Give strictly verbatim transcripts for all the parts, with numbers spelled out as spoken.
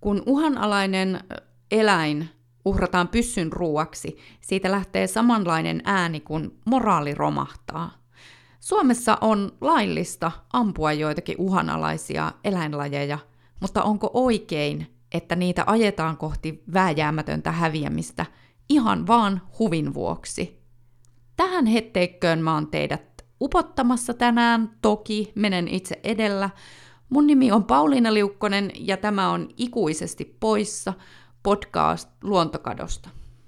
Kun uhanalainen eläin uhrataan pyssyn ruuaksi, siitä lähtee samanlainen ääni kuin moraali romahtaa. Suomessa on laillista ampua joitakin uhanalaisia eläinlajeja, mutta onko oikein, että niitä ajetaan kohti vääjäämätöntä häviämistä ihan vaan huvin vuoksi? Tähän hetteikköön mä oon teidät upottamassa tänään, toki menen itse edellä. Mun nimi on Pauliina Liukkonen ja tämä on Ikuisesti poissa podcast luontokadosta.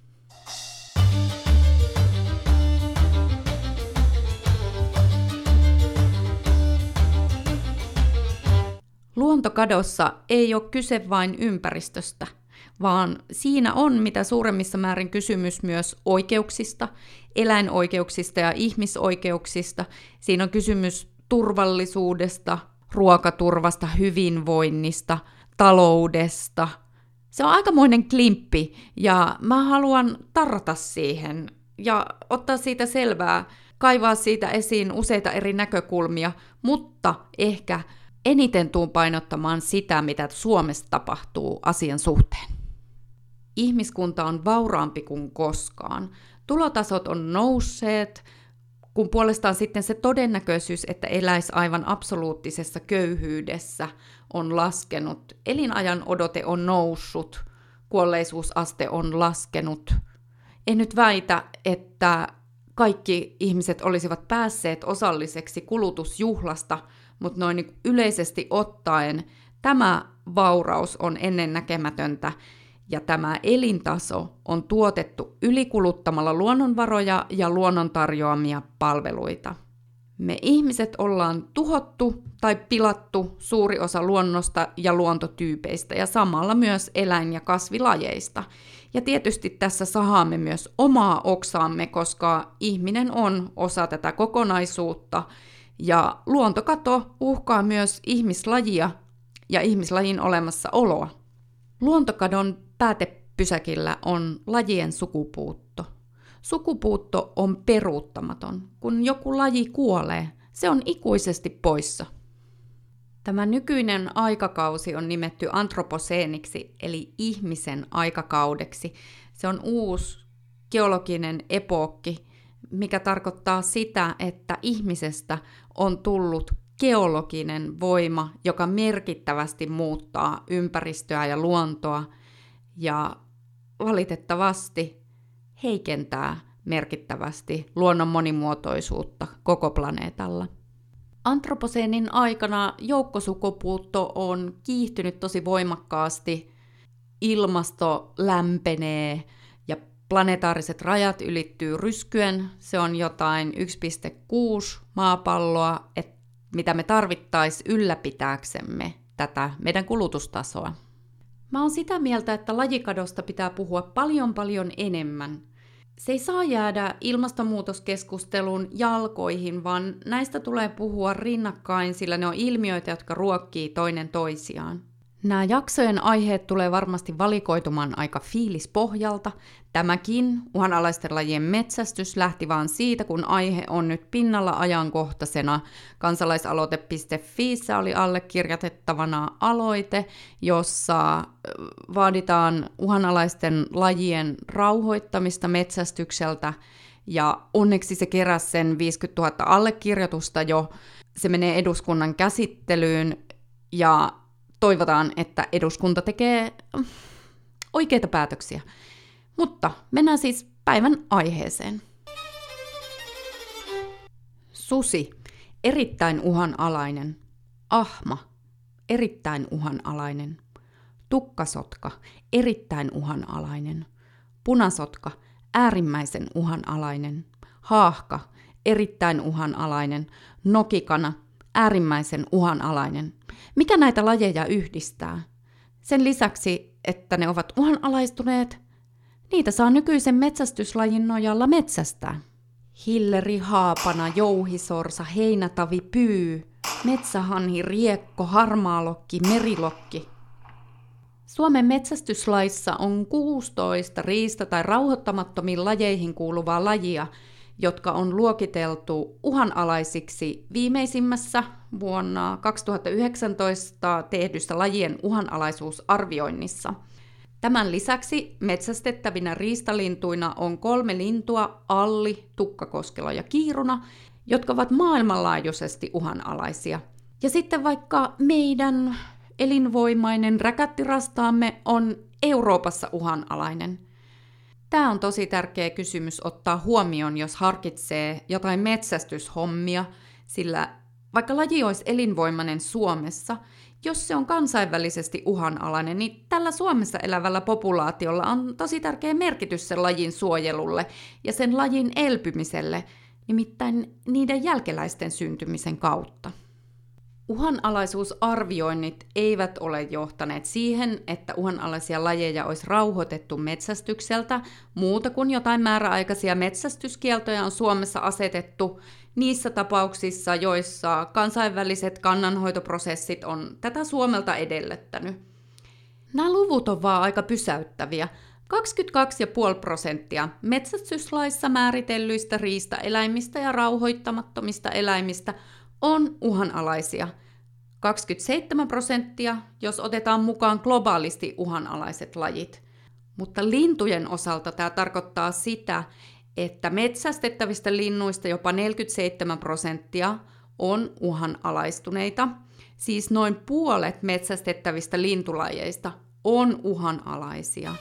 Luontokadossa ei ole kyse vain ympäristöstä, vaan siinä on mitä suuremmissa määrin kysymys myös oikeuksista, eläinoikeuksista ja ihmisoikeuksista. Siinä on kysymys turvallisuudesta, ruokaturvasta, hyvinvoinnista, taloudesta. Se on aikamoinen klimppi ja mä haluan tarrata siihen ja ottaa siitä selvää, kaivaa siitä esiin useita eri näkökulmia, mutta ehkä eniten tuun painottamaan sitä, mitä Suomessa tapahtuu asian suhteen. Ihmiskunta on vauraampi kuin koskaan. Tulotasot on nousseet, kun puolestaan sitten se todennäköisyys, että eläisi aivan absoluuttisessa köyhyydessä, on laskenut. Elinajan odote on noussut, kuolleisuusaste on laskenut. En nyt väitä, että kaikki ihmiset olisivat päässeet osalliseksi kulutusjuhlasta, mutta noin niin yleisesti ottaen tämä vauraus on ennennäkemätöntä ja tämä elintaso on tuotettu ylikuluttamalla luonnonvaroja ja luonnon tarjoamia palveluita. Me ihmiset ollaan tuhottu tai pilattu suuri osa luonnosta ja luontotyypeistä ja samalla myös eläin- ja kasvilajeista. Ja tietysti tässä sahaamme myös omaa oksaamme, koska ihminen on osa tätä kokonaisuutta ja luontokato uhkaa myös ihmislajia ja ihmislajin olemassaoloa. Luontokadon päätepysäkillä on lajien sukupuutto. Sukupuutto on peruuttamaton. Kun joku laji kuolee, se on ikuisesti poissa. Tämä nykyinen aikakausi on nimetty antroposeeniksi, eli ihmisen aikakaudeksi. Se on uusi geologinen epookki, mikä tarkoittaa sitä, että ihmisestä on tullut geologinen voima, joka merkittävästi muuttaa ympäristöä ja luontoa ja valitettavasti heikentää merkittävästi luonnon monimuotoisuutta koko planeetalla. Antroposeenin aikana joukkosukupuutto on kiihtynyt tosi voimakkaasti, ilmasto lämpenee ja planetaariset rajat ylittyy ryskyen. Se on jotain yksi pilkku kuusi maapalloa, et mitä me tarvittaisiin ylläpitääksemme tätä meidän kulutustasoa. Mä oon sitä mieltä, että lajikadosta pitää puhua paljon paljon enemmän. Se ei saa jäädä ilmastonmuutoskeskustelun jalkoihin, vaan näistä tulee puhua rinnakkain, sillä ne on ilmiöitä, jotka ruokkii toinen toisiaan. Nämä jaksojen aiheet tulee varmasti valikoitumaan aika fiilispohjalta. Tämäkin uhanalaisten lajien metsästys lähti vaan siitä, kun aihe on nyt pinnalla ajankohtaisena. Kansalaisaloite piste fiissä oli allekirjoitettavana aloite, jossa vaaditaan uhanalaisten lajien rauhoittamista metsästykseltä. Ja onneksi se keräsi sen viisikymmentätuhatta allekirjoitusta jo. Se menee eduskunnan käsittelyyn ja toivotaan, että eduskunta tekee oikeita päätöksiä. Mutta mennään siis päivän aiheeseen. Susi, erittäin uhanalainen. Ahma, erittäin uhanalainen. Tukkasotka, erittäin uhanalainen. Punasotka, äärimmäisen uhanalainen. Haahka, erittäin uhanalainen. Nokikana, äärimmäisen uhanalainen. Mikä näitä lajeja yhdistää? Sen lisäksi, että ne ovat uhanalaistuneet, niitä saa nykyisen metsästyslajin nojalla metsästää. Hilleri, haapana, jouhisorsa, heinätavi, pyy, metsähanhi, riekko, harmaalokki, merilokki. Suomen metsästyslaissa on kuusitoista riista- tai rauhoittamattomiin lajeihin kuuluvaa lajia, jotka on luokiteltu uhanalaisiksi viimeisimmässä vuonna kaksituhattayhdeksäntoista tehdyssä lajien uhanalaisuusarvioinnissa. Tämän lisäksi metsästettävinä riistalintuina on kolme lintua, alli, tukkakoskelo ja kiiruna, jotka ovat maailmanlaajuisesti uhanalaisia. Ja sitten vaikka meidän elinvoimainen räkättirastaamme on Euroopassa uhanalainen. Tämä on tosi tärkeä kysymys ottaa huomioon, jos harkitsee jotain metsästyshommia, sillä vaikka laji olisi elinvoimainen Suomessa, jos se on kansainvälisesti uhanalainen, niin tällä Suomessa elävällä populaatiolla on tosi tärkeä merkitys sen lajin suojelulle ja sen lajin elpymiselle, nimittäin niiden jälkeläisten syntymisen kautta. Uhanalaisuusarvioinnit eivät ole johtaneet siihen, että uhanalaisia lajeja olisi rauhoitettu metsästykseltä, muuta kuin jotain määräaikaisia metsästyskieltoja on Suomessa asetettu niissä tapauksissa, joissa kansainväliset kannanhoitoprosessit on tätä Suomelta edellyttänyt. Nämä luvut on vaan aika pysäyttäviä. kaksikymmentäkaksi pilkku viisi prosenttia metsästyslaissa määritellyistä riistaeläimistä ja rauhoittamattomista eläimistä on uhanalaisia. kaksikymmentäseitsemän prosenttia, jos otetaan mukaan globaalisti uhanalaiset lajit. Mutta lintujen osalta tämä tarkoittaa sitä, että metsästettävistä linnuista jopa neljäkymmentäseitsemän prosenttia on uhanalaistuneita. Siis noin puolet metsästettävistä lintulajeista on uhanalaisia.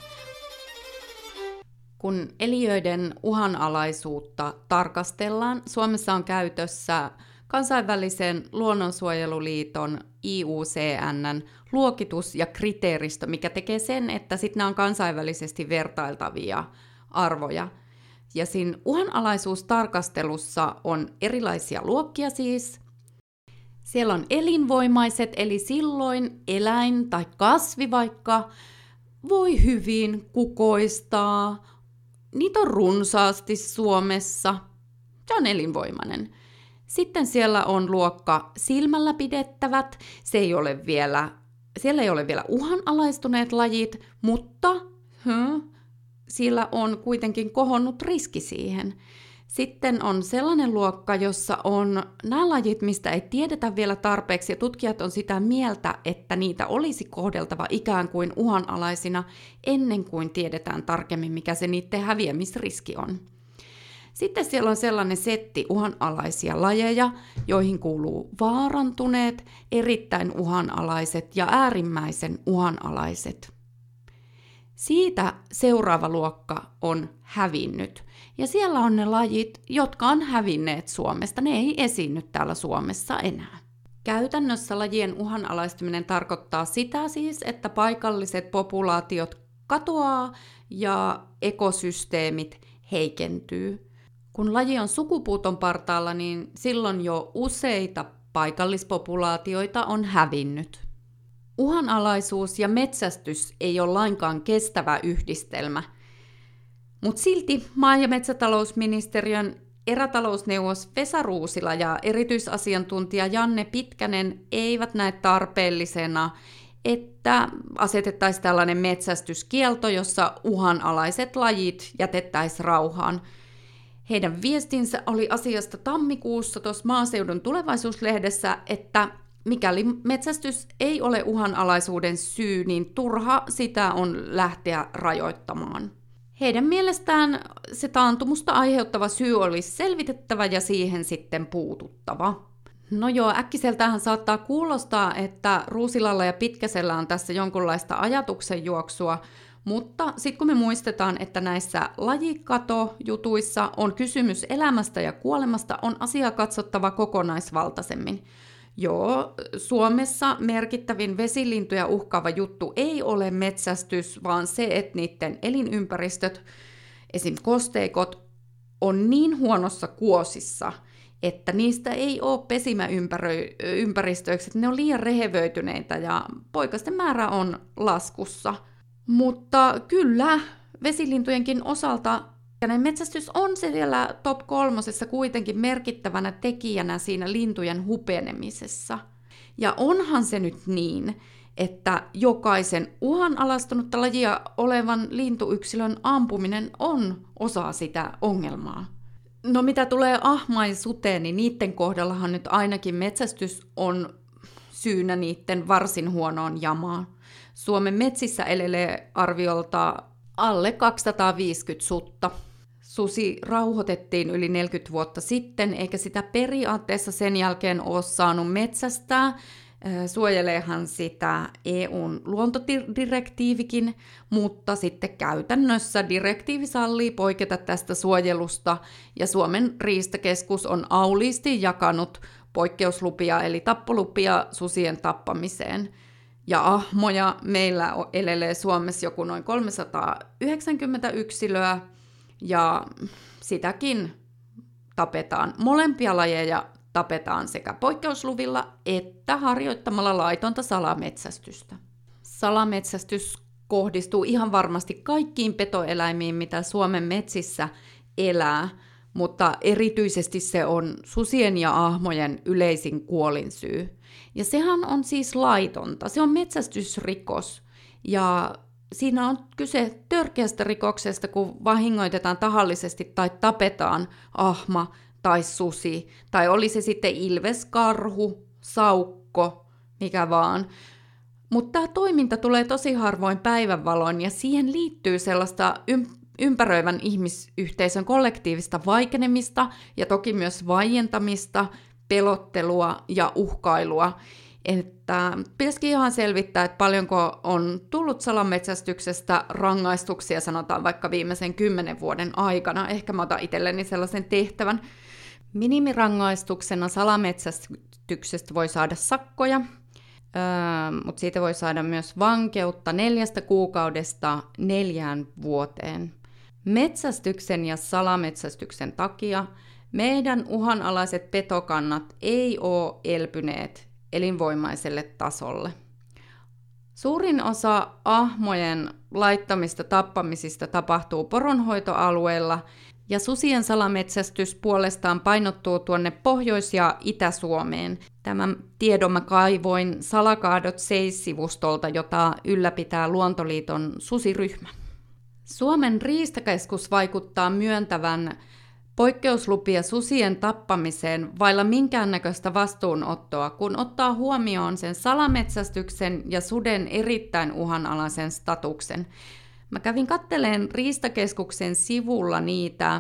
Kun eliöiden uhanalaisuutta tarkastellaan, Suomessa on käytössä Kansainvälisen luonnonsuojeluliiton I U C N:n luokitus ja kriteeristö, mikä tekee sen, että sitten nämä on kansainvälisesti vertailtavia arvoja. Ja siinä uhanalaisuustarkastelussa on erilaisia luokkia siis. Siellä on elinvoimaiset, eli silloin eläin tai kasvi vaikka voi hyvin kukoistaa. Niitä on runsaasti Suomessa. Se on elinvoimainen. Sitten siellä on luokka silmällä pidettävät. Se ei ole vielä, siellä ei ole vielä uhanalaistuneet lajit, mutta huh, sillä on kuitenkin kohonnut riski siihen. Sitten on sellainen luokka, jossa on nämä lajit, mistä ei tiedetä vielä tarpeeksi, ja tutkijat on sitä mieltä, että niitä olisi kohdeltava ikään kuin uhanalaisina ennen kuin tiedetään tarkemmin, mikä se niiden häviämisriski on. Sitten siellä on sellainen setti uhanalaisia lajeja, joihin kuuluu vaarantuneet, erittäin uhanalaiset ja äärimmäisen uhanalaiset. Siitä seuraava luokka on hävinnyt. Ja siellä on ne lajit, jotka on hävinneet Suomesta. Ne ei esiinny täällä Suomessa enää. Käytännössä lajien uhanalaistuminen tarkoittaa sitä siis, että paikalliset populaatiot katoaa ja ekosysteemit heikentyy. Kun laji on sukupuuton partaalla, niin silloin jo useita paikallispopulaatioita on hävinnyt. Uhanalaisuus ja metsästys ei ole lainkaan kestävä yhdistelmä, mutta silti maa- ja metsätalousministeriön erätalousneuvos Vesa Ruusila ja erityisasiantuntija Janne Pitkänen eivät näe tarpeellisena, että asetettaisiin tällainen metsästyskielto, jossa uhanalaiset lajit jätettäisiin rauhaan. Heidän viestinsä oli asiasta tammikuussa tuossa Maaseudun tulevaisuuslehdessä, että mikäli metsästys ei ole uhanalaisuuden syy, niin turha sitä on lähteä rajoittamaan. Heidän mielestään se taantumusta aiheuttava syy olisi selvitettävä ja siihen sitten puututtava. No joo, äkkiseltähän saattaa kuulostaa, että Ruusilalla ja Pitkäsellä on tässä jonkunlaista ajatuksenjuoksua, mutta sitten kun me muistetaan, että näissä lajikato-jutuissa on kysymys elämästä ja kuolemasta, on asia katsottava kokonaisvaltaisemmin. Joo, Suomessa merkittävin vesilintuja uhkaava juttu ei ole metsästys, vaan se, että niiden elinympäristöt, esim. Kosteikot, on niin huonossa kuosissa, että niistä ei ole pesimäympäristöiksi, että ne on liian rehevöityneitä ja poikasten määrä on laskussa. Mutta kyllä, vesilintujenkin osalta metsästys on se vielä top kolmosessa kuitenkin merkittävänä tekijänä siinä lintujen hupenemisessa. Ja onhan se nyt niin, että jokaisen uhanalaistunutta lajia olevan lintuyksilön ampuminen on osa sitä ongelmaa. No mitä tulee ahmaisuteen, niin niiden kohdallahan nyt ainakin metsästys on syynä niiden varsin huonoon jamaan. Suomen metsissä elelee arviolta alle kaksisataaviisikymmentä sutta. Susi rauhoitettiin yli neljäkymmentä vuotta sitten, eikä sitä periaatteessa sen jälkeen ole saanut metsästää. Suojeleehan sitä E U:n luontodirektiivikin, mutta sitten käytännössä direktiivi sallii poiketa tästä suojelusta, ja Suomen riistakeskus on auliisti jakanut poikkeuslupia eli tappolupia susien tappamiseen. Ja ahmoja meillä elelee Suomessa joku noin kolmesataayhdeksänkymmentä yksilöä, ja sitäkin tapetaan. Molempia lajeja tapetaan sekä poikkeusluvilla että harjoittamalla laitonta salametsästystä. Salametsästys kohdistuu ihan varmasti kaikkiin petoeläimiin, mitä Suomen metsissä elää, mutta erityisesti se on susien ja ahmojen yleisin kuolinsyy. Ja sehän on siis laitonta, se on metsästysrikos, ja siinä on kyse törkeästä rikoksesta, kun vahingoitetaan tahallisesti tai tapetaan ahma tai susi, tai oli se sitten ilves, karhu, saukko, mikä vaan. Mutta tämä toiminta tulee tosi harvoin päivänvaloon, ja siihen liittyy sellaista ympäröivän ihmisyhteisön kollektiivista vaikenemista, ja toki myös vaientamista, pelottelua ja uhkailua. Että pitäisikin ihan selvittää, että paljonko on tullut salametsästyksestä rangaistuksia, sanotaan vaikka viimeisen kymmenen vuoden aikana. Ehkä mä otan itselleni sellaisen tehtävän. Minimirangaistuksena salametsästyksestä voi saada sakkoja, öö, mutta siitä voi saada myös vankeutta neljästä kuukaudesta neljään vuoteen. Metsästyksen ja salametsästyksen takia meidän uhanalaiset petokannat ei ole elpyneet elinvoimaiselle tasolle. Suurin osa ahmojen laittamista tappamisista tapahtuu poronhoitoalueella, ja susien salametsästys puolestaan painottuu tuonne Pohjois- ja Itä-Suomeen. Tämän tiedon mä kaivoin Salakaadot seis-sivustolta, jota ylläpitää Luontoliiton susiryhmä. Suomen riistakeskus vaikuttaa myöntävän poikkeuslupia susien tappamiseen vailla minkäännäköistä vastuunottoa, kun ottaa huomioon sen salametsästyksen ja suden erittäin uhanalaisen statuksen. Mä kävin katteleen Riistakeskuksen sivulla niitä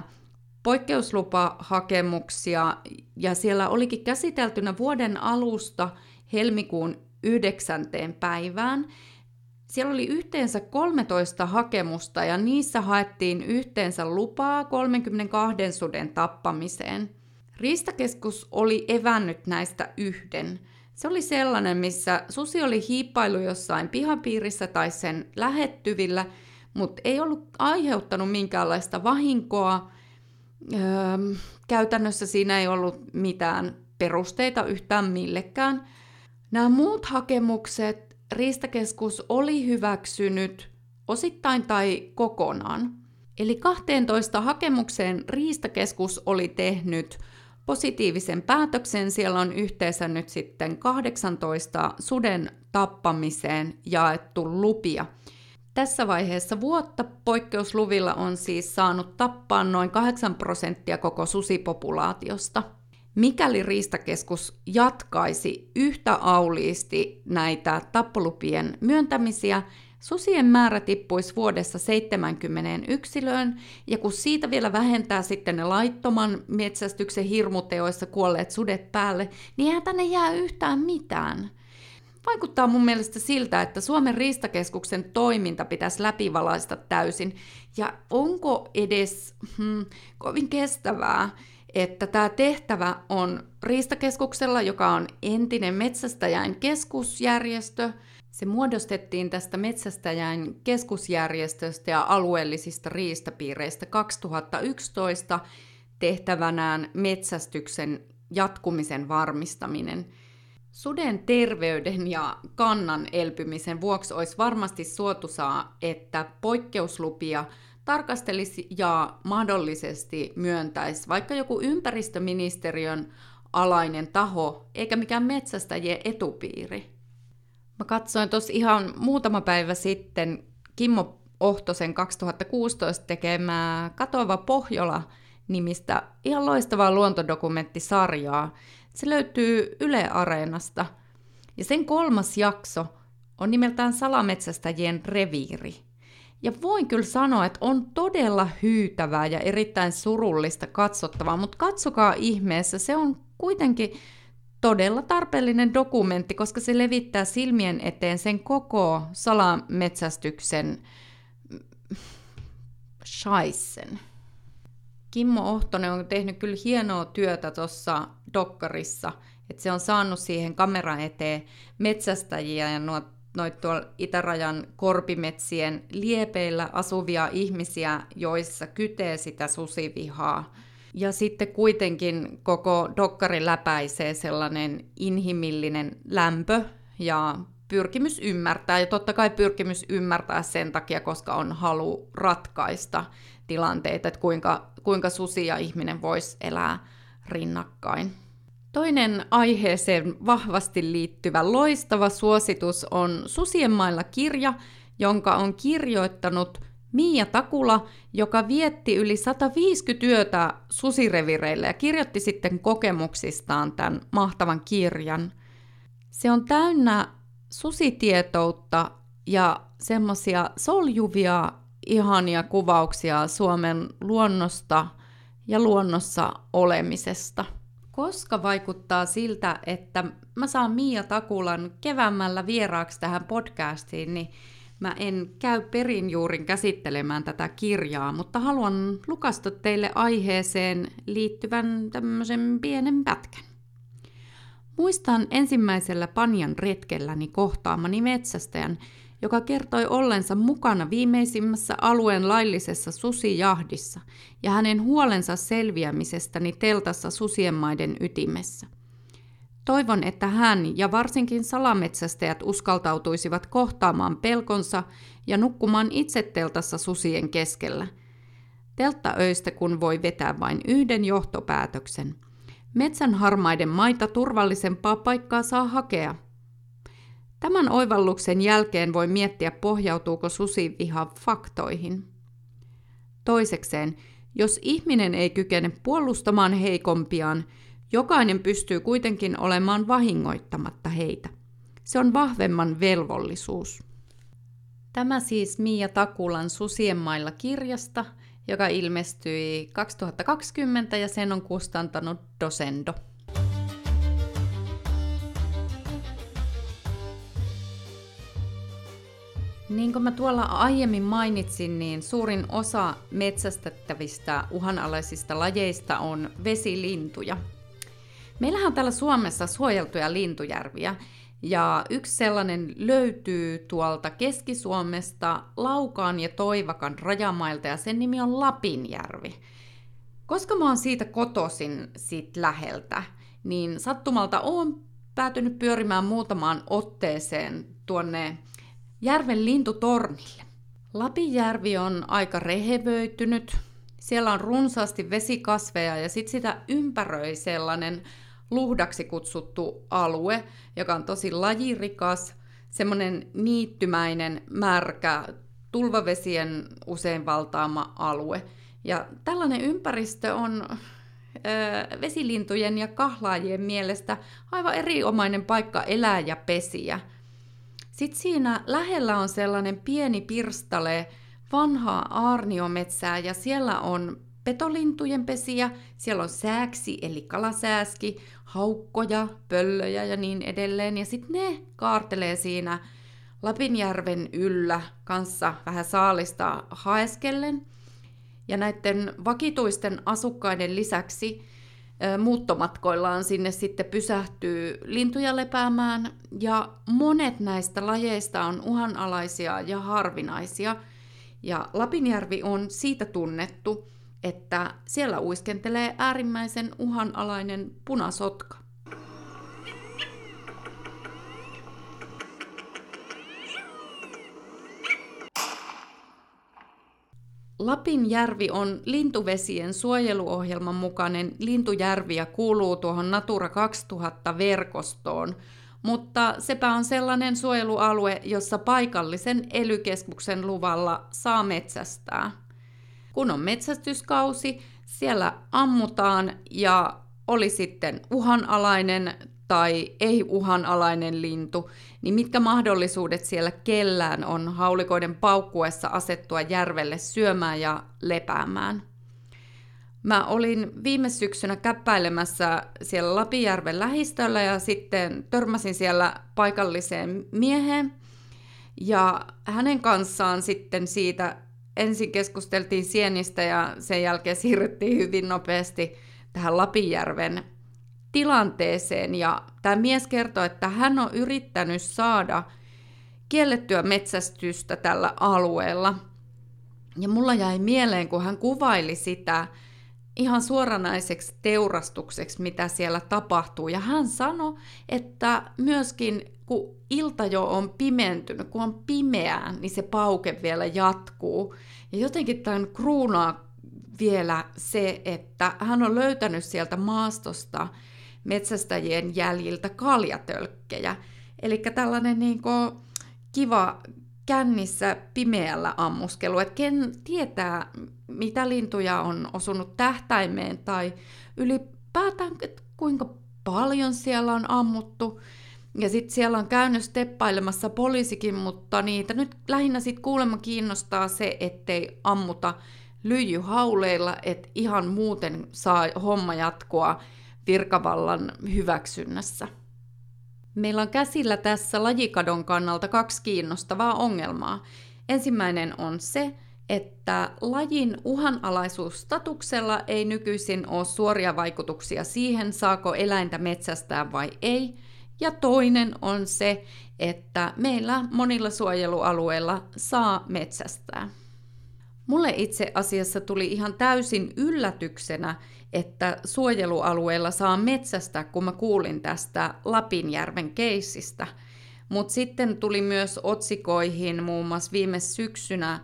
poikkeuslupahakemuksia, ja siellä olikin käsiteltynä vuoden alusta helmikuun yhdeksänteen päivään. Siellä oli yhteensä kolmetoista hakemusta, ja niissä haettiin yhteensä lupaa kolmenkymmenenkahden suden tappamiseen. Riistakeskus oli evännyt näistä yhden. Se oli sellainen, missä susi oli hiippailu jossain pihapiirissä tai sen lähettyvillä, mutta ei ollut aiheuttanut minkäänlaista vahinkoa. Öö, käytännössä siinä ei ollut mitään perusteita yhtään millekään. Nämä muut hakemukset Riistakeskus oli hyväksynyt osittain tai kokonaan. Eli kahteentoista hakemukseen Riistakeskus oli tehnyt positiivisen päätöksen. Siellä on yhteensä nyt sitten kahdeksantoista suden tappamiseen jaettu lupia. Tässä vaiheessa vuotta poikkeusluvilla on siis saanut tappaa noin kahdeksan prosenttia koko susipopulaatiosta. Mikäli Riistakeskus jatkaisi yhtä auliisti näitä tappolupien myöntämisiä, susien määrä tippuisi vuodessa seitsemäänkymmeneen yksilöön, ja kun siitä vielä vähentää sitten ne laittoman metsästyksen hirmuteoissa kuolleet sudet päälle, niin eihän tänne jää yhtään mitään. Vaikuttaa mun mielestä siltä, että Suomen Riistakeskuksen toiminta pitäisi läpivalaista täysin, ja onko edes hmm, kovin kestävää, että tämä tehtävä on Riistakeskuksella, joka on entinen Metsästäjäin keskusjärjestö. Se muodostettiin tästä Metsästäjäin keskusjärjestöstä ja alueellisista riistapiireistä kaksituhattayksitoista tehtävänään metsästyksen jatkumisen varmistaminen. Suden terveyden ja kannan elpymisen vuoksi olisi varmasti suotuisaa, että poikkeuslupia tarkastelisi ja mahdollisesti myöntäisi vaikka joku ympäristöministeriön alainen taho, eikä mikään metsästäjien etupiiri. Mä katsoin tuossa ihan muutama päivä sitten Kimmo Ohtosen kaksituhattakuusitoista tekemää Katoava Pohjola nimistä ihan loistavaa luontodokumenttisarjaa. Se löytyy Yle Areenasta. Ja sen kolmas jakso on nimeltään Salametsästäjien reviiri. Ja voin kyllä sanoa, että on todella hyytävää ja erittäin surullista katsottavaa, mutta katsokaa ihmeessä, se on kuitenkin todella tarpeellinen dokumentti, koska se levittää silmien eteen sen koko salametsästyksen shaissen. Kimmo Ohtonen on tehnyt kyllä hienoa työtä tuossa dokkarissa, että se on saanut siihen kameran eteen metsästäjiä ja noita noit tuolla itärajan korpimetsien liepeillä asuvia ihmisiä, joissa kytee sitä susivihaa. Ja sitten kuitenkin koko dokkari läpäisee sellainen inhimillinen lämpö ja pyrkimys ymmärtää. Ja totta kai pyrkimys ymmärtää sen takia, koska on halu ratkaista tilanteita, että kuinka, kuinka susi ja ihminen voisi elää rinnakkain. Toinen aiheeseen vahvasti liittyvä loistava suositus on Susien mailla -kirja, jonka on kirjoittanut Miia Takula, joka vietti yli sata viisikymmentä yötä susirevireillä ja kirjoitti sitten kokemuksistaan tämän mahtavan kirjan. Se on täynnä susitietoutta ja semmoisia soljuvia, ihania kuvauksia Suomen luonnosta ja luonnossa olemisesta. Koska vaikuttaa siltä, että mä saan Miia Takulan keväämällä vieraaksi tähän podcastiin, niin mä en käy perinjuurin käsittelemään tätä kirjaa, mutta haluan lukasta teille aiheeseen liittyvän tämmöisen pienen pätkän. Muistan ensimmäisellä Panjan retkelläni kohtaamani metsästäjän, joka kertoi ollensa mukana viimeisimmässä alueen laillisessa susijahdissa ja hänen huolensa selviämisestäni teltassa susien maiden ytimessä. Toivon, että hän ja varsinkin salametsästäjät uskaltautuisivat kohtaamaan pelkonsa ja nukkumaan itse teltassa susien keskellä. Telttaöistä kun voi vetää vain yhden johtopäätöksen. Metsän harmaiden maita turvallisempaa paikkaa saa hakea. Tämän oivalluksen jälkeen voi miettiä, pohjautuuko susiviha faktoihin. Toisekseen, jos ihminen ei kykene puolustamaan heikompiaan, jokainen pystyy kuitenkin olemaan vahingoittamatta heitä. Se on vahvemman velvollisuus. Tämä siis Miia Takulan Susien mailla -kirjasta, joka ilmestyi kaksituhattakaksikymmentä ja sen on kustantanut Dosendo. Niin kuin mä tuolla aiemmin mainitsin, niin suurin osa metsästettävistä uhanalaisista lajeista on vesilintuja. Meillähän on täällä Suomessa suojeltuja lintujärviä, ja yksi sellainen löytyy tuolta Keski-Suomesta Laukaan ja Toivakan rajamailta, ja sen nimi on Lapinjärvi. Koska mä oon siitä kotoisin siitä läheltä, niin sattumalta oon päätynyt pyörimään muutamaan otteeseen tuonne järven lintutornille. Lapinjärvi on aika rehevöitynyt. Siellä on runsaasti vesikasveja ja sitten sitä ympäröi sellainen luhdaksi kutsuttu alue, joka on tosi lajirikas, semmoinen niittymäinen, märkä, tulvavesien usein valtaama alue. Ja tällainen ympäristö on ö, vesilintujen ja kahlaajien mielestä aivan erinomainen paikka elää ja pesiä. Sitten siinä lähellä on sellainen pieni pirstale vanhaa aarniometsää ja siellä on petolintujen pesiä, siellä on sääksi eli kalasääski, haukkoja, pöllöjä ja niin edelleen. Ja sitten ne kaartelee siinä Lapinjärven yllä kanssa vähän saalista haeskellen. Ja näiden vakituisten asukkaiden lisäksi muuttomatkoillaan sinne sitten pysähtyy lintuja lepäämään, ja monet näistä lajeista on uhanalaisia ja harvinaisia. Ja Lapinjärvi on siitä tunnettu, että siellä uiskentelee äärimmäisen uhanalainen punasotka. Lapinjärvi on lintuvesien suojeluohjelman mukainen lintujärvi ja kuuluu tuohon Natura kaksituhatta-verkostoon, mutta sepä on sellainen suojelualue, jossa paikallisen E L Y-keskuksen luvalla saa metsästää. Kun on metsästyskausi, Siellä ammutaan ja oli sitten uhanalainen tai ei uhanalainen lintu, niin mitkä mahdollisuudet siellä kellään on haulikoiden paukkuessa asettua järvelle syömään ja lepäämään. Mä olin viime syksynä käppäilemässä siellä Lapinjärven lähistöllä ja sitten törmäsin siellä paikalliseen mieheen. Ja hänen kanssaan sitten siitä ensin keskusteltiin sienistä ja sen jälkeen siirryttiin hyvin nopeasti tähän Lapinjärven tilanteeseen. Ja tämä mies kertoi, että hän on yrittänyt saada kiellettyä metsästystä tällä alueella. Ja mulla jäi mieleen, kun hän kuvaili sitä ihan suoranaiseksi teurastukseksi, mitä siellä tapahtuu. Ja hän sanoi, että myöskin kun ilta jo on pimentynyt, kun on pimeää, niin se pauke vielä jatkuu. Ja jotenkin tämän kruunaa vielä se, että hän on löytänyt sieltä maastosta metsästäjien jäljiltä kaljatölkkejä. Eli tällainen niin kuin kiva kännissä pimeällä ammuskelu, että ken tietää, mitä lintuja on osunut tähtäimeen tai ylipäätään, että kuinka paljon siellä on ammuttu. Ja sitten siellä on käynyt steppailemassa poliisikin, mutta niitä nyt lähinnä sitten kuulemma kiinnostaa se, ettei ammuta lyijyhauleilla, että ihan muuten saa homma jatkua virkavallan hyväksynnässä. Meillä on käsillä tässä lajikadon kannalta kaksi kiinnostavaa ongelmaa. Ensimmäinen on se, että lajin uhanalaisuusstatuksella ei nykyisin ole suoria vaikutuksia siihen, saako eläintä metsästää vai ei. Ja toinen on se, että meillä monilla suojelualueilla saa metsästää. Mulle itse asiassa tuli ihan täysin yllätyksenä, että suojelualueella saa metsästää, kun mä kuulin tästä Lapinjärven keissistä. Mutta sitten tuli myös otsikoihin muun muassa viime syksynä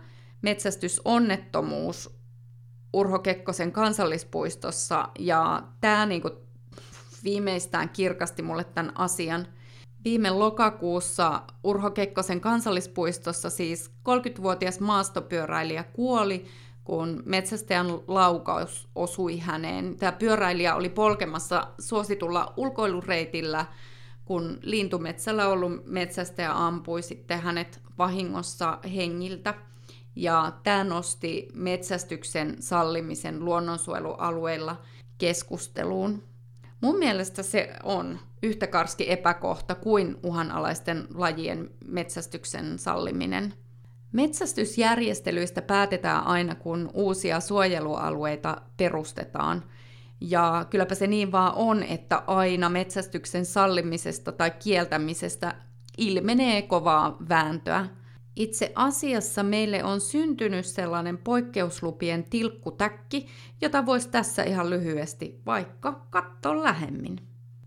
metsästysonnettomuus Urho Kekkosen kansallispuistossa, ja tämä niinku viimeistään kirkasti mulle tämän asian. Viime lokakuussa Urho Kekkosen kansallispuistossa siis kolmekymmentävuotias maastopyöräilijä kuoli, kun metsästäjän laukaus osui häneen. Tämä pyöräilijä oli polkemassa suositulla ulkoilureitillä, kun lintumetsällä ollut metsästäjä ampui sitten hänet vahingossa hengiltä. Ja tämä nosti metsästyksen sallimisen luonnonsuojelualueilla keskusteluun. Mun mielestä se on yhtä karski epäkohta kuin uhanalaisten lajien metsästyksen salliminen. Metsästysjärjestelyistä päätetään aina, kun uusia suojelualueita perustetaan. Ja kylläpä se niin vaan on, että aina metsästyksen sallimisesta tai kieltämisestä ilmenee kovaa vääntöä. Itse asiassa meille on syntynyt sellainen poikkeuslupien tilkkutäkki, jota voisi tässä ihan lyhyesti vaikka katsoa lähemmin.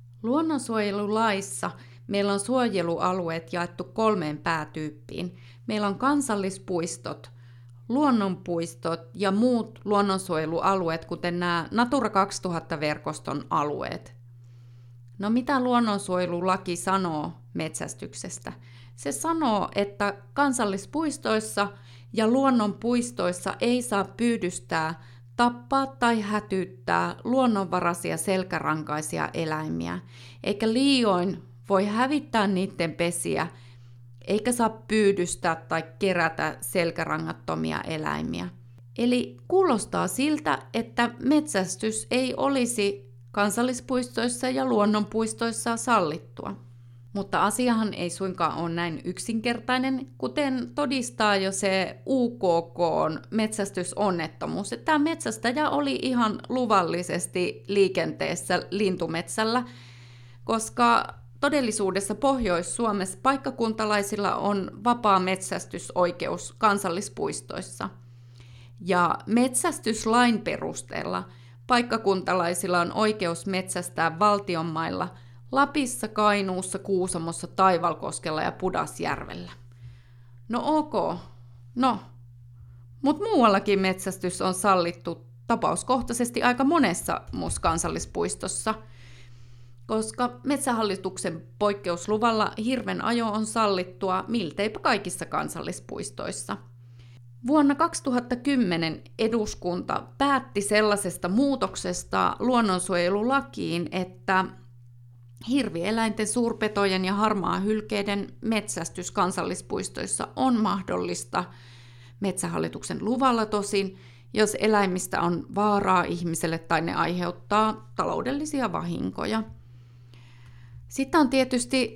Luonnonsuojelulaissa meillä on suojelualueet jaettu kolmeen päätyyppiin. Meillä on kansallispuistot, luonnonpuistot ja muut luonnonsuojelualueet, kuten nämä Natura kaksituhatta-verkoston alueet. No mitä luonnonsuojelulaki sanoo metsästyksestä? Se sanoo, että kansallispuistoissa ja luonnonpuistoissa ei saa pyydystää, tappaa tai hätyttää luonnonvaraisia selkärankaisia eläimiä, eikä liioin voi hävittää niiden pesiä, eikä saa pyydystää tai kerätä selkärangattomia eläimiä. Eli kuulostaa siltä, että metsästys ei olisi kansallispuistoissa ja luonnonpuistoissa sallittua. Mutta asiahan ei suinkaan ole näin yksinkertainen, kuten todistaa jo se U K K:n metsästysonnettomuus. Tämä metsästäjä oli ihan luvallisesti liikenteessä lintumetsällä, koska todellisuudessa Pohjois-Suomessa paikkakuntalaisilla on vapaa metsästysoikeus kansallispuistoissa. Ja metsästyslain perusteella paikkakuntalaisilla on oikeus metsästää valtionmailla Lapissa, Kainuussa, Kuusamossa, Taivalkoskella ja Pudasjärvellä. No ok, no, mutta muuallakin metsästys on sallittu tapauskohtaisesti aika monessa muussa kansallispuistossa, koska Metsähallituksen poikkeusluvalla hirven ajo on sallittua milteipä kaikissa kansallispuistoissa. Vuonna kaksituhattakymmenen eduskunta päätti sellaisesta muutoksesta luonnonsuojelulakiin, että hirvieläinten, suurpetojen ja harmaahylkeiden metsästys kansallispuistoissa on mahdollista Metsähallituksen luvalla tosin, jos eläimistä on vaaraa ihmiselle tai ne aiheuttaa taloudellisia vahinkoja. Sitten on tietysti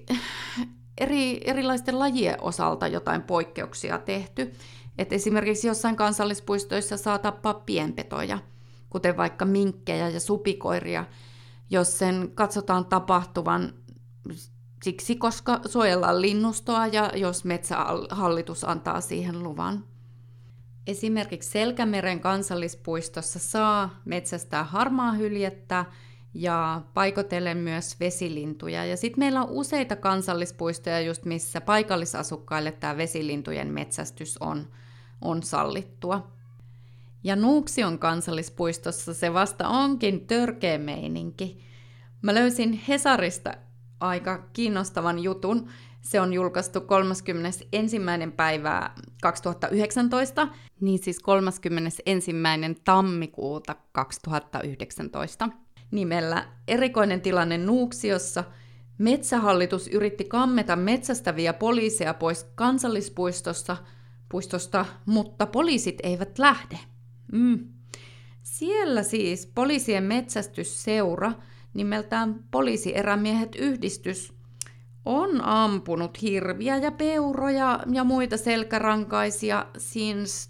eri, erilaisten lajien osalta jotain poikkeuksia tehty. Et esimerkiksi jossain kansallispuistoissa saa tappaa pienpetoja, kuten vaikka minkkejä ja supikoiria, jos sen katsotaan tapahtuvan siksi, koska suojellaan linnustoa ja jos Metsähallitus antaa siihen luvan. Esimerkiksi Selkämeren kansallispuistossa saa metsästää harmaahyljettä ja paikotellen myös vesilintuja. Ja sitten meillä on useita kansallispuistoja, just missä paikallisasukkaille tämä vesilintujen metsästys on, on sallittua. Ja Nuuksion kansallispuistossa se vasta onkin törkeä meininki. Mä löysin Hesarista aika kiinnostavan jutun. Se on julkaistu kolmaskymmenesensimmäinen päivää kaksituhattayhdeksäntoista, niin siis kolmaskymmenesensimmäinen tammikuuta kaksituhattayhdeksäntoista. Nimellä Erikoinen tilanne Nuuksiossa. Metsähallitus yritti kammeta metsästäviä poliiseja pois kansallispuistosta, puistosta, mutta poliisit eivät lähde. Mm. Siellä siis poliisien metsästysseura, nimeltään Poliisierämiehet yhdistys, on ampunut hirviä ja peuroja ja muita selkärankaisia since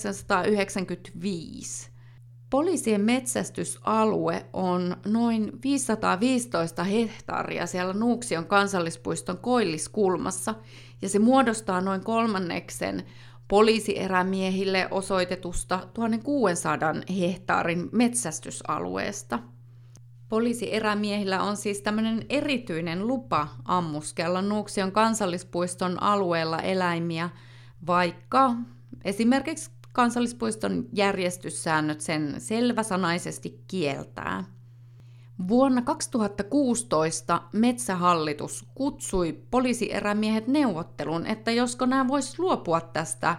tuhatyhdeksänsataayhdeksänkymmentäviisi. Poliisien metsästysalue on noin viisisataaviisitoista hehtaaria siellä Nuuksion kansallispuiston koilliskulmassa, ja se muodostaa noin kolmanneksen poliisierämiehille osoitetusta tuhatkuusisataa hehtaarin metsästysalueesta. Poliisierämiehillä on siis tämmöinen erityinen lupa ammuskella Nuuksion kansallispuiston alueella eläimiä, vaikka esimerkiksi kansallispuiston järjestyssäännöt sen selväsanaisesti kieltää. Vuonna kaksituhattakuusitoista Metsähallitus kutsui poliisierämiehet neuvotteluun, että josko nämä vois luopua tästä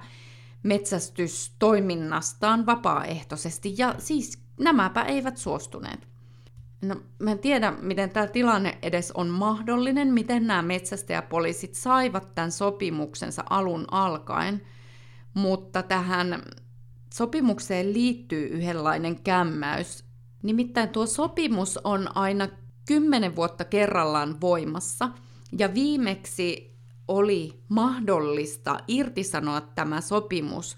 metsästystoiminnastaan vapaaehtoisesti, ja siis nämäpä eivät suostuneet. No, mä en tiedä, miten tämä tilanne edes on mahdollinen, miten nämä metsästäjäpoliisit saivat tämän sopimuksensa alun alkaen, mutta tähän sopimukseen liittyy yhdenlainen kämmäys. Nimittäin tuo sopimus on aina kymmenen vuotta kerrallaan voimassa, ja viimeksi oli mahdollista irtisanoa tämä sopimus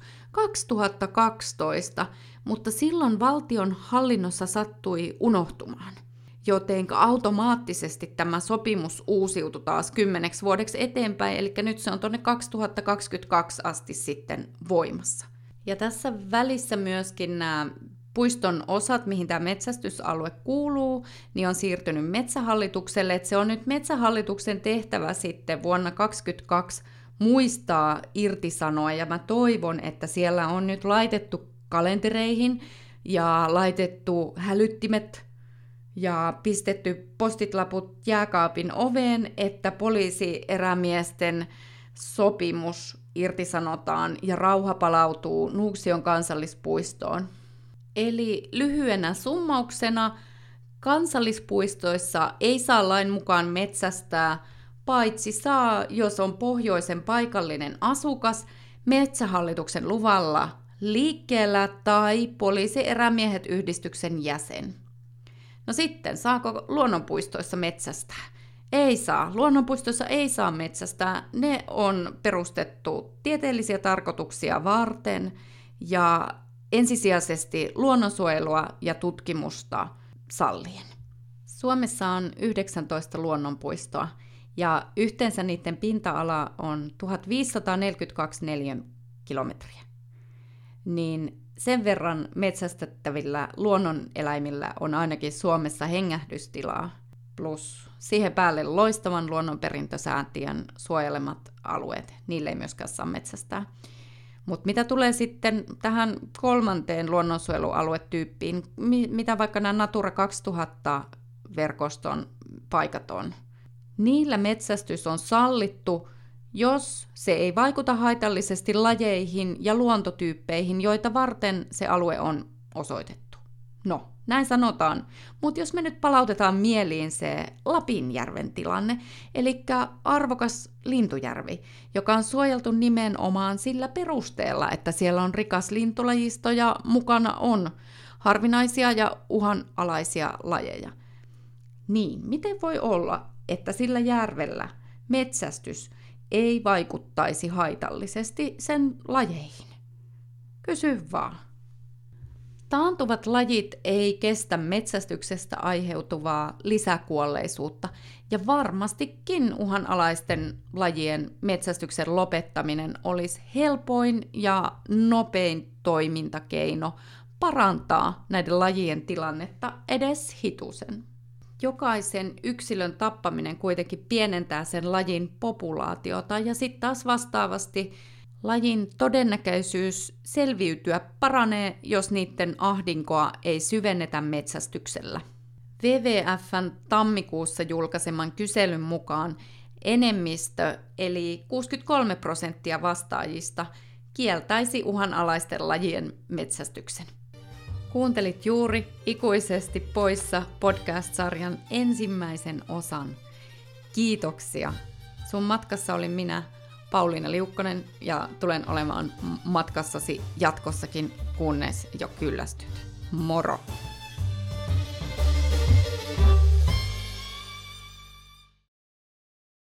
kaksituhattakaksitoista, mutta silloin valtion hallinnossa sattui unohtumaan, joten automaattisesti tämä sopimus uusiutui taas kymmeneksi vuodeksi eteenpäin, eli nyt se on tuonne kaksituhattakaksikymmentäkaksi asti sitten voimassa. Ja tässä välissä myöskin nämä puiston osat, mihin tämä metsästysalue kuuluu, niin on siirtynyt Metsähallitukselle, että se on nyt Metsähallituksen tehtävä sitten vuonna kaksituhattakaksikymmentäkaksi muistaa irtisanoa, ja mä toivon, että siellä on nyt laitettu kalentereihin ja laitettu hälyttimet ja pistetty postitlaput jääkaapin oveen, että poliisierämiesten sopimus irtisanotaan ja rauha palautuu Nuuksion kansallispuistoon. Eli lyhyenä summauksena kansallispuistoissa ei saa lain mukaan metsästää, paitsi saa, jos on pohjoisen paikallinen asukas Metsähallituksen luvalla liikkeellä tai poliisierämiehet yhdistyksen jäsen. No sitten, saako luonnonpuistoissa metsästää? Ei saa. Luonnonpuistoissa ei saa metsästää. Ne on perustettu tieteellisiä tarkoituksia varten ja ensisijaisesti luonnonsuojelua ja tutkimusta sallien. Suomessa on yhdeksäntoista luonnonpuistoa ja yhteensä niiden pinta-ala on tuhatviisisataaneljäkymmentäkaksi neliökilometriä. Niin sen verran metsästettävillä luonnoneläimillä on ainakin Suomessa hengähdystilaa, plus siihen päälle loistavan luonnonperintösäätiön suojelemat alueet, niille ei myöskään saa metsästää. Mutta mitä tulee sitten tähän kolmanteen luonnonsuojelualuetyyppiin, mitä vaikka nämä Natura kaksituhatta-verkoston paikat on, niillä metsästys on sallittu, jos se ei vaikuta haitallisesti lajeihin ja luontotyyppeihin, joita varten se alue on osoitettu. No, näin sanotaan, mutta jos me nyt palautetaan mieliin se Lapinjärven tilanne, eli arvokas lintujärvi, joka on suojeltu nimenomaan sillä perusteella, että siellä on rikas lintulajisto ja mukana on harvinaisia ja uhanalaisia lajeja. Niin, miten voi olla, että sillä järvellä metsästys ei vaikuttaisi haitallisesti sen lajeihin? Kysy vaan. Taantuvat lajit ei kestä metsästyksestä aiheutuvaa lisäkuolleisuutta, ja varmastikin uhanalaisten lajien metsästyksen lopettaminen olisi helpoin ja nopein toimintakeino parantaa näiden lajien tilannetta edes hitusen. Jokaisen yksilön tappaminen kuitenkin pienentää sen lajin populaatiota, ja sitten taas vastaavasti lajin todennäköisyys selviytyä paranee, jos niiden ahdinkoa ei syvennetä metsästyksellä. W W F:n tammikuussa julkaiseman kyselyn mukaan enemmistö, eli kuusikymmentäkolme prosenttia vastaajista, kieltäisi uhanalaisten lajien metsästyksen. Kuuntelit juuri Ikuisesti poissa podcast-sarjan ensimmäisen osan. Kiitoksia. Sun matkassa olin minä, Pauliina Liukkonen, ja tulen olemaan matkassasi jatkossakin, kunnes jo kyllästyt. Moro!